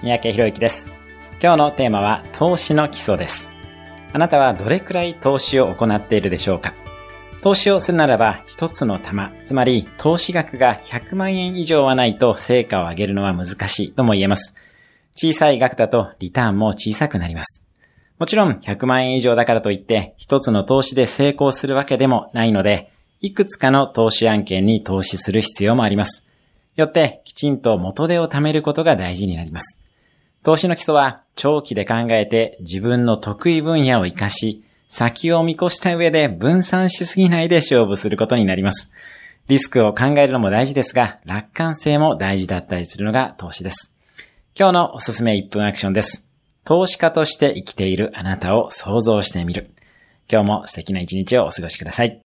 三宅宏之です。今日のテーマは投資の基礎です。あなたはどれくらい投資を行っているでしょうか？投資をするならば一つの玉、つまり投資額が100万円以上はないと成果を上げるのは難しいとも言えます。小さい額だとリターンも小さくなります。もちろん100万円以上だからといって一つの投資で成功するわけでもないので、いくつかの投資案件に投資する必要もあります。よってきちんと元手を貯めることが大事になります。投資の基礎は長期で考えて自分の得意分野を活かし、先を見越した上で分散しすぎないで勝負することになります。リスクを考えるのも大事ですが、楽観性も大事だったりするのが投資です。今日のおすすめ1分アクションです。投資家として生きているあなたを想像してみる。今日も素敵な一日をお過ごしください。